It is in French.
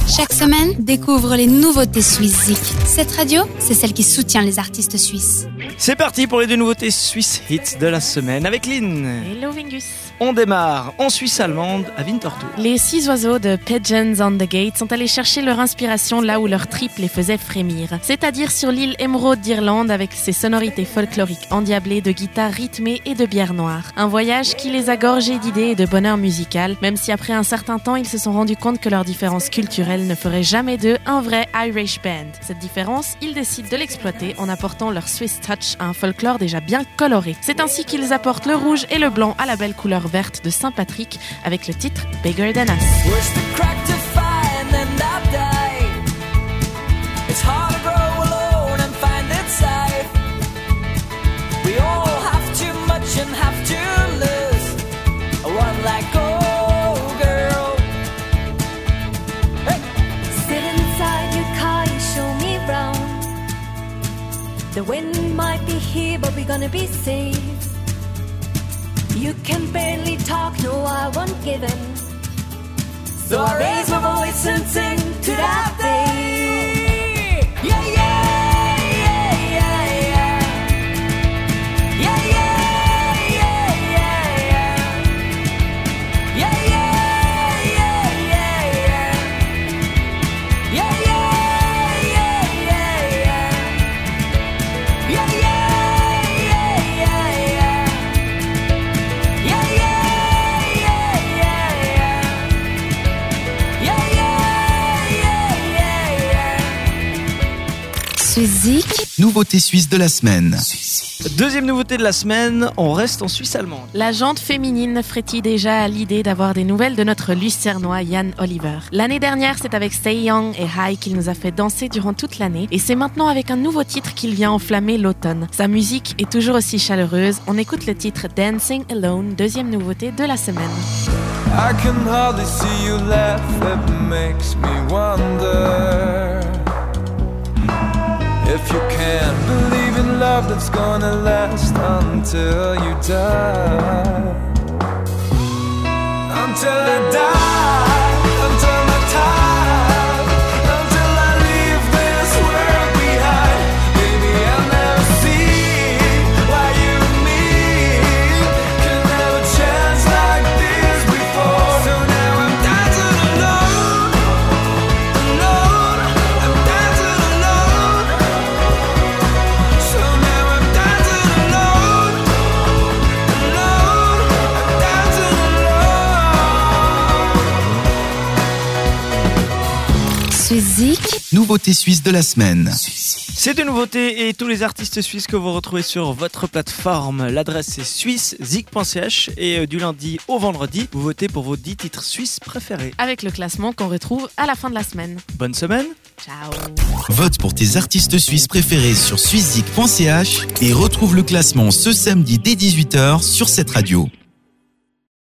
Chaque semaine, découvre les nouveautés suisses Zik. Cette radio, c'est celle qui soutient les artistes suisses. C'est parti pour les 2 nouveautés Suisse Hits de la semaine avec Lynn. Hello Vingus. On démarre en Suisse allemande à Winterthur. Les 6 oiseaux de Pigeons on the Gate sont allés chercher leur inspiration là où leur trip les faisait frémir. C'est-à-dire sur l'île Émeraude d'Irlande avec ses sonorités folkloriques endiablées de guitares rythmées et de bière noire. Un voyage qui les a gorgés d'idées et de bonheur musical, même si après un certain temps ils se sont rendus compte que leurs différences culturelles ne feraient jamais d'eux un vrai Irish band. Cette différence, ils décident de l'exploiter en apportant leur Swiss touch à un folklore déjà bien coloré. C'est ainsi qu'ils apportent le rouge et le blanc à la belle couleur verte de Saint-Patrick avec le titre Bigger Than Us. The wind might be here, but we're gonna be safe. You can barely talk, no, I won't give in. So I raise my voice and sing to that day. Yeah, yeah, yeah, yeah, yeah. Yeah, yeah, yeah, yeah, yeah. Yeah, yeah, yeah, yeah, yeah. Yeah, yeah, yeah, yeah, yeah. Yeah, yeah, yeah, yeah, yeah. Yeah, yeah, yeah, yeah, yeah. Yeah, yeah, yeah, yeah. Suisse Zik. Nouveauté suisse de la semaine. Deuxième nouveauté de la semaine, on reste en Suisse allemande. La jante féminine frétille déjà à l'idée d'avoir des nouvelles de notre lucernois Jan Oliver. L'année dernière, c'est avec Stay Young et High qu'il nous a fait danser durant toute l'année et c'est maintenant avec un nouveau titre qu'il vient enflammer l'automne. Sa musique est toujours aussi chaleureuse. On écoute le titre Dancing Alone, deuxième nouveauté de la semaine. I can hardly see you laugh, it makes me wonder if you can't believe in love that's gonna last until you die. Until I die, until my time, until I leave this world behind. Baby, I'll never see why you and me could have a chance like this before. So now I'm dancing alone, alone. I'm dancing alone. So now I'm dancing alone, alone. I'm dancing alone. Suisse Zik. Nouveauté suisse de la semaine. Ces 2 nouveautés et tous les artistes suisses que vous retrouvez sur votre plateforme. L'adresse est suissezik.ch et du lundi au vendredi, vous votez pour vos 10 titres suisses préférés. Avec le classement qu'on retrouve à la fin de la semaine. Bonne semaine. Ciao. Vote pour tes artistes suisses préférés sur suissezik.ch et retrouve le classement ce samedi dès 18h sur cette radio.